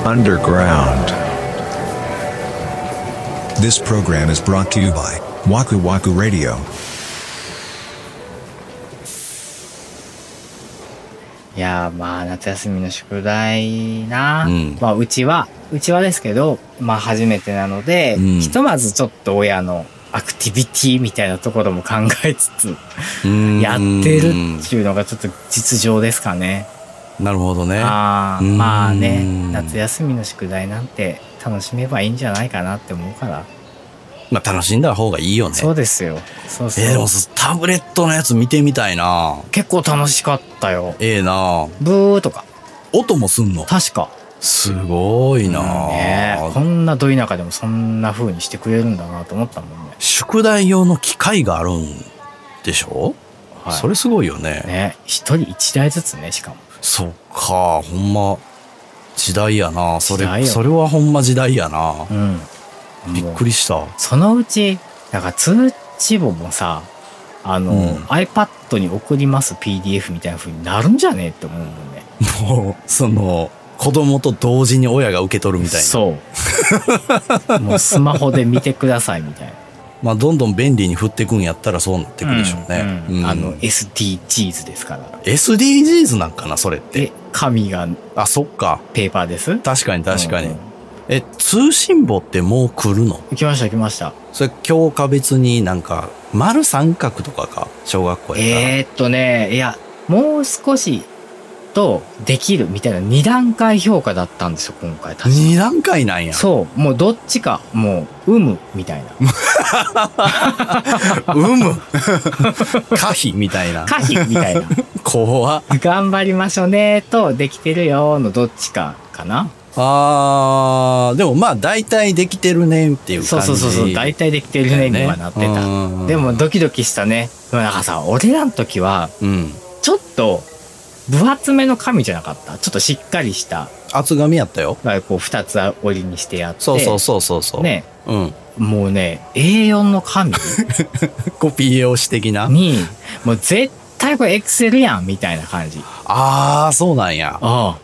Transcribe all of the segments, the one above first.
underground. This program is brought to you by Waku Waku Radio. いやまあ夏休みの宿題な、まあうちはですけど、まあ初めてなので、ひとまずちょっと親のアクティビティみたいなところも考えつつやってるっていうのがちょっと実情ですかね。 なるほどね。 まあね、夏休みの宿題なんて楽しめばいいんじゃないかなって思うから。 まあ楽しんだ方がいいよね。 そうですよ。そうそう。 でもタブレットのやつ見てみたいな。 結構楽しかったよ。 な。 ブーとか。 音もすんの？ 確か。 すごいな、 ね。こんなど田舎でもそんな風にしてくれるんだなと思ったもんね。 宿題用の機械があるんでしょ？はい、それすごいよね。 ね。一人一台ずつね、しかも。 そっか、ほんま時代やな。それはほんま時代やな。びっくりした。そのうちなんか通知簿もさ、iPad に送ります PDF みたいな風になるんじゃねえって思うもんね。 もうその子供と同時に親が受け取るみたいな。 そうもうスマホで見てくださいみたいな。 まあどんどん便利に振っていくんやったらそうなっていくでしょうね。 SDGs ですから。 SDGs なんかなそれって。 紙がそっかペーパーです。 確かに確かに。通信簿ってもう来るの？ 来ました。 それ教科別になんか丸三角とかか小学校やったら。 いやもう少しとできるみたいな2段階評価だったんですよ今回。確か 2段階なんや。 そうもうどっちかもう有無みたいな。 有無可否みたいな。 可否みたいな。 怖っ。 頑張りましょうねとできてるよのどっちかかな。 でもまあ大体できてるねっていう感じ。 そう大体できてるねにはなってた。でもドキドキしたね。なんかさ俺らの時はちょっと分厚めの紙じゃなかった？ちょっとしっかりした厚紙やったよ。 こう2つ折りにしてやって。 そうね。もうね A4 の紙コピー用紙的なにもう絶対これエクセルやんみたいな感じ。 そうなんや。なん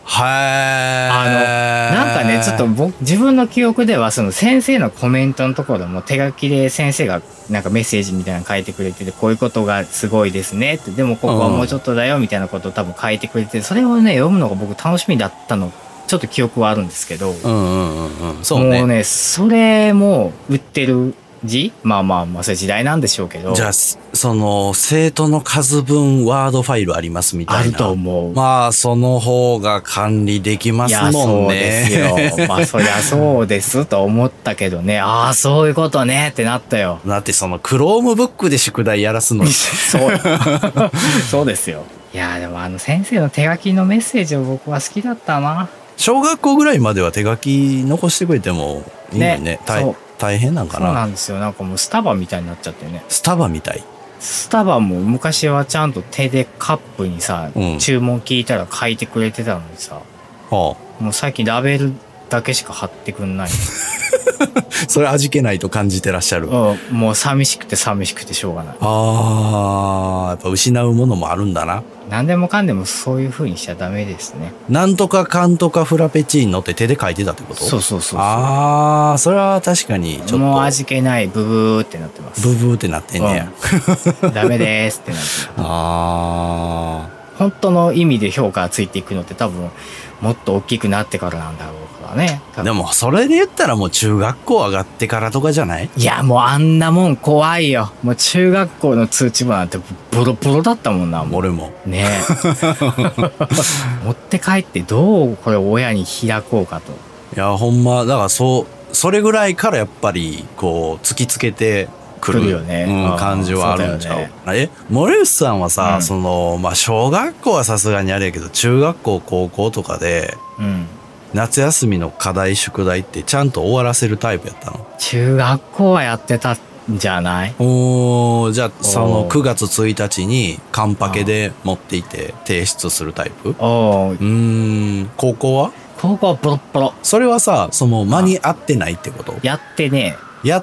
かねちょっと自分の記憶ではその先生のコメントのところも手書きで先生がなんかメッセージみたいなの書いてくれてて、こういうことがすごいですねって、でもここはもうちょっとだよみたいなことを多分書いてくれて、それをね読むのが僕楽しみだったのちょっと記憶はあるんですけど、 そうね。 もうねそれも売ってる字まあそういう時代なんでしょうけど。 じゃあその生徒の数分ワードファイルありますみたいな。 あると思う。 まあその方が管理できますもんね。 いやそうですよ。まあそりゃそうですと思ったけどね。そういうことねってなったよ。 だってそのクロームブックで宿題やらすのそうですよ。いやでも先生の手書きのメッセージを僕は好きだったな。 小学校ぐらいまでは手書き残してくれてもいいのにね。大変なんかな。 そうなんですよ。なんかもうスタバみたいになっちゃってね。 スタバみたい。 スタバも昔はちゃんと手でカップにさ、注文聞いたら書いてくれてたのにさ、もう最近ラベルだけしか貼ってくんない。 それ味気ないと感じてらっしゃる。 もう寂しくてしょうがない。 やっぱ失うものもあるんだな。 何でもかんでもそういう風にしちゃダメですね。 なんとかかんとかフラペチーノって手で書いてたってこと？そう。それは確かにちょっと。 もう味気ないブブーってなってます。 ブブーってなってんねや。ダメですってなってる。本当の意味で評価がついていくのって多分もっと大きくなってからなんだろうからね。 でもそれで言ったらもう中学校上がってからとかじゃない？ いやもうあんなもん怖いよ。もう中学校の通知簿なんてボロボロだったもんな。 俺もね持って帰ってどうこれ親に開こうかと。 いやほんまだからそれぐらいからやっぱりこう突きつけて来るよね、感じはあるんちゃう。森内さんはさ、小学校はさすがにあれやけど中学校高校とかで、夏休みの課題宿題ってちゃんと終わらせるタイプやったの？ 中学校はやってたんじゃない？じゃあその9月1日にカンパケで持っていて提出するタイプ？高校は？ 高校はボロッボロ。 それはさ間に合ってないってこと？ やってね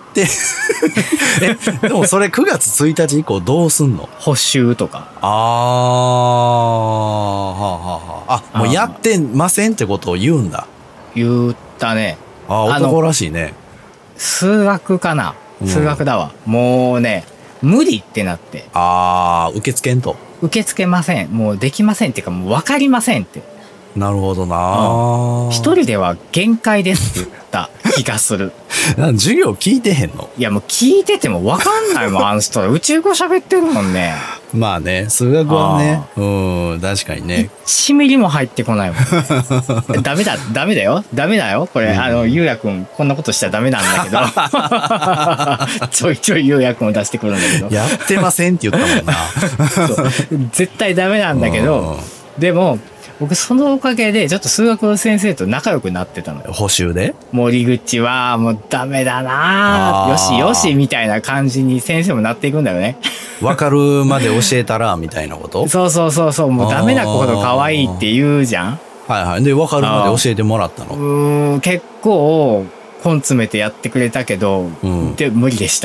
でもそれ9月1日以降どうすんの？ 補習とか。 もうやってませんってことを言うんだ。 言ったね。 男らしいね。 数学かな、数学だわ。もうね、無理ってなって。 受け付けんと。 受け付けません。もうできませんっていうか、もう分かりませんって。 なるほどな。 一人では限界ですって言った気がする。 授業聞いてへんの？ いやもう聞いてても分かんないもん、あの人。宇宙語喋ってるもんね。 まあね、数学はね、確かにね。 1ミリも入ってこないもん。ダメだよ。これ、ゆうやくん、こんなことしたらダメなんだけど。ちょいちょいゆうやくんを出してくるんだけど。 やってませんって言ったもんな。 そう絶対ダメなんだけど、でも、僕そのおかげでちょっと数学の先生と仲良くなってたのよ。 補習で？ 森口はもうダメだな、よしよしみたいな感じに先生もなっていくんだよね。 わかるまで教えたらみたいなこと？ そうもうダメな子ほど可愛いって言うじゃん。 はいはい。でわかるまで教えてもらったの？ 結構根詰めてやってくれたけど、で無理でした。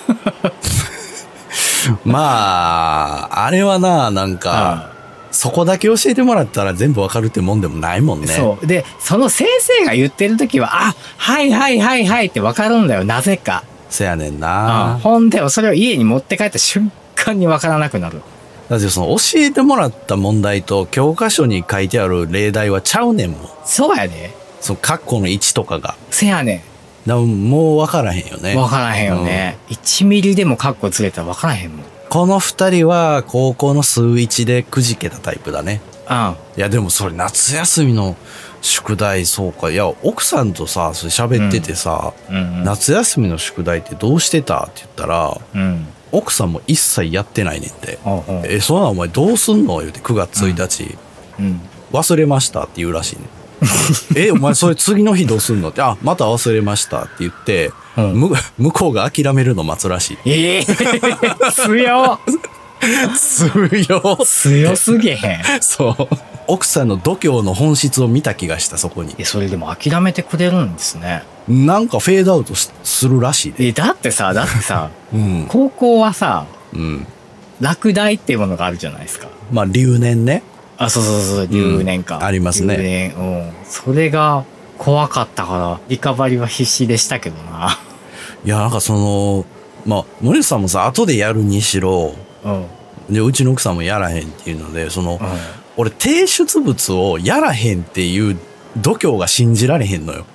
まああれはなんか。そこだけ教えてもらったら全部わかるってもんでもないもんね。 そう。で、その先生が言ってるときは、はいってわかるんだよ、なぜか。 せやねんな。 ほんで、それを家に持って帰った瞬間にわからなくなる。 だってその教えてもらった問題と教科書に書いてある例題はちゃうねんもん。 そうやで。 その括弧の位置とかが。 せやねん。 もうわからへんよね。 わからへんよね。1ミリでも括弧ずれたらわからへんもん。 この二人は高校の数一でくじけたタイプだね。いやでもそれ夏休みの宿題そうか。いや奥さんとさそれ喋っててさ、夏休みの宿題ってどうしてたって言ったら、奥さんも一切やってないねんて。そんなお前どうすんの言うて9月1日、忘れましたって言うらしいね。お前それ次の日どうすんのって、また忘れましたって言って、向こうが諦めるの待つらしい。強すぎへん。そう。奥さんの度胸の本質を見た気がした、そこに。 それでも諦めてくれるんですね。 なんかフェードアウトするらしいで。 だってさ、高校はさ、落第っていうものがあるじゃないですか。 まあ留年ね。 そう、留年か。 ありますね。 それが怖かったから、リカバリーは必死でしたけどな。 いや、なんか森内さんもさ、後でやるにしろ、で、うちの奥さんもやらへんっていうので、俺、提出物をやらへんっていう度胸が信じられへんのよ。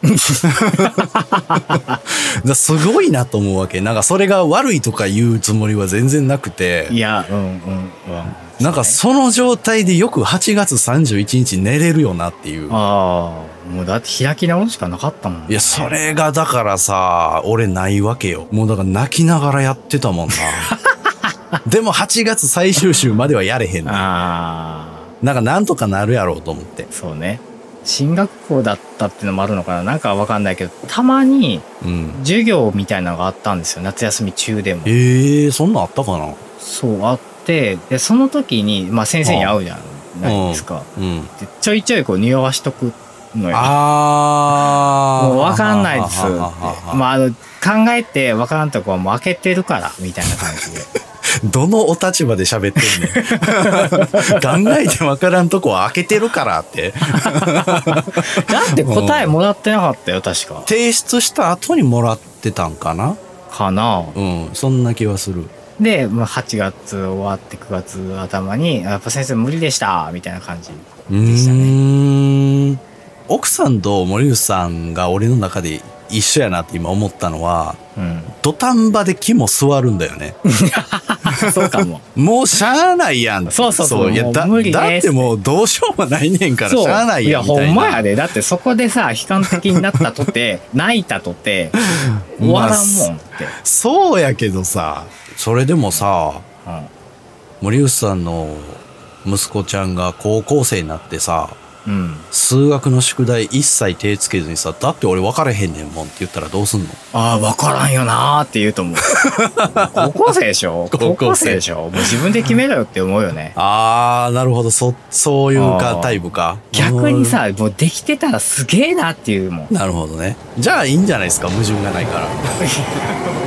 すごいなと思うわけ。なんかそれが悪いとか言うつもりは全然なくて。 いや、 なんかその状態でよく8月31日寝れるよなっていう。 もうだって開き直るしかなかったもんね。 いや、それがだからさ、俺ないわけよ。もうだから泣きながらやってたもんな。でも8月最終週まではやれへんねん。なんかなんとかなるやろうと思って。 そうね。進学校だったっていうのもあるのかな、なんかわかんないけど、たまに授業みたいなのがあったんですよ、夏休み中でも。 そんなんあったかな。 そうあって、でその時に先生に会うじゃないですか。でちょいちょい匂わしとくのよ。もうわかんないですって。考えてわからんとこはもう開けてるからみたいな感じで。 どのお立場で喋ってんねん。考えてわからんとこは開けてるからって。 だって答えもらってなかったよ、確か。 提出した後にもらってたんかな。そんな気はする。 で、8月終わって9月頭に、やっぱ先生無理でした、みたいな感じでしたね。 奥さんと森口さんが俺の中で一緒やなって今思ったのは、土壇場で肝座るんだよね。 そうかも。 もうしゃあないやん。そう。いやだってもうどうしようもないねんからしゃあないやんみたいな。 いやほんまやで。だってそこでさ悲観的になったとて泣いたとて終わらんもんって。 そうやけどさ、それでもさ、森口さんの息子ちゃんが高校生になってさ、数学の宿題一切手つけずにさ、だって俺分からへんねんもんって言ったらどうすんの？ 分からんよなーって言うと思う。高校生でしょ。高校生でしょ。もう自分で決めろよって思うよね。 なるほど。そういうタイプか。 逆にさ、もうできてたらすげえなっていうもん。 なるほどね。じゃあいいんじゃないですか、矛盾がないから。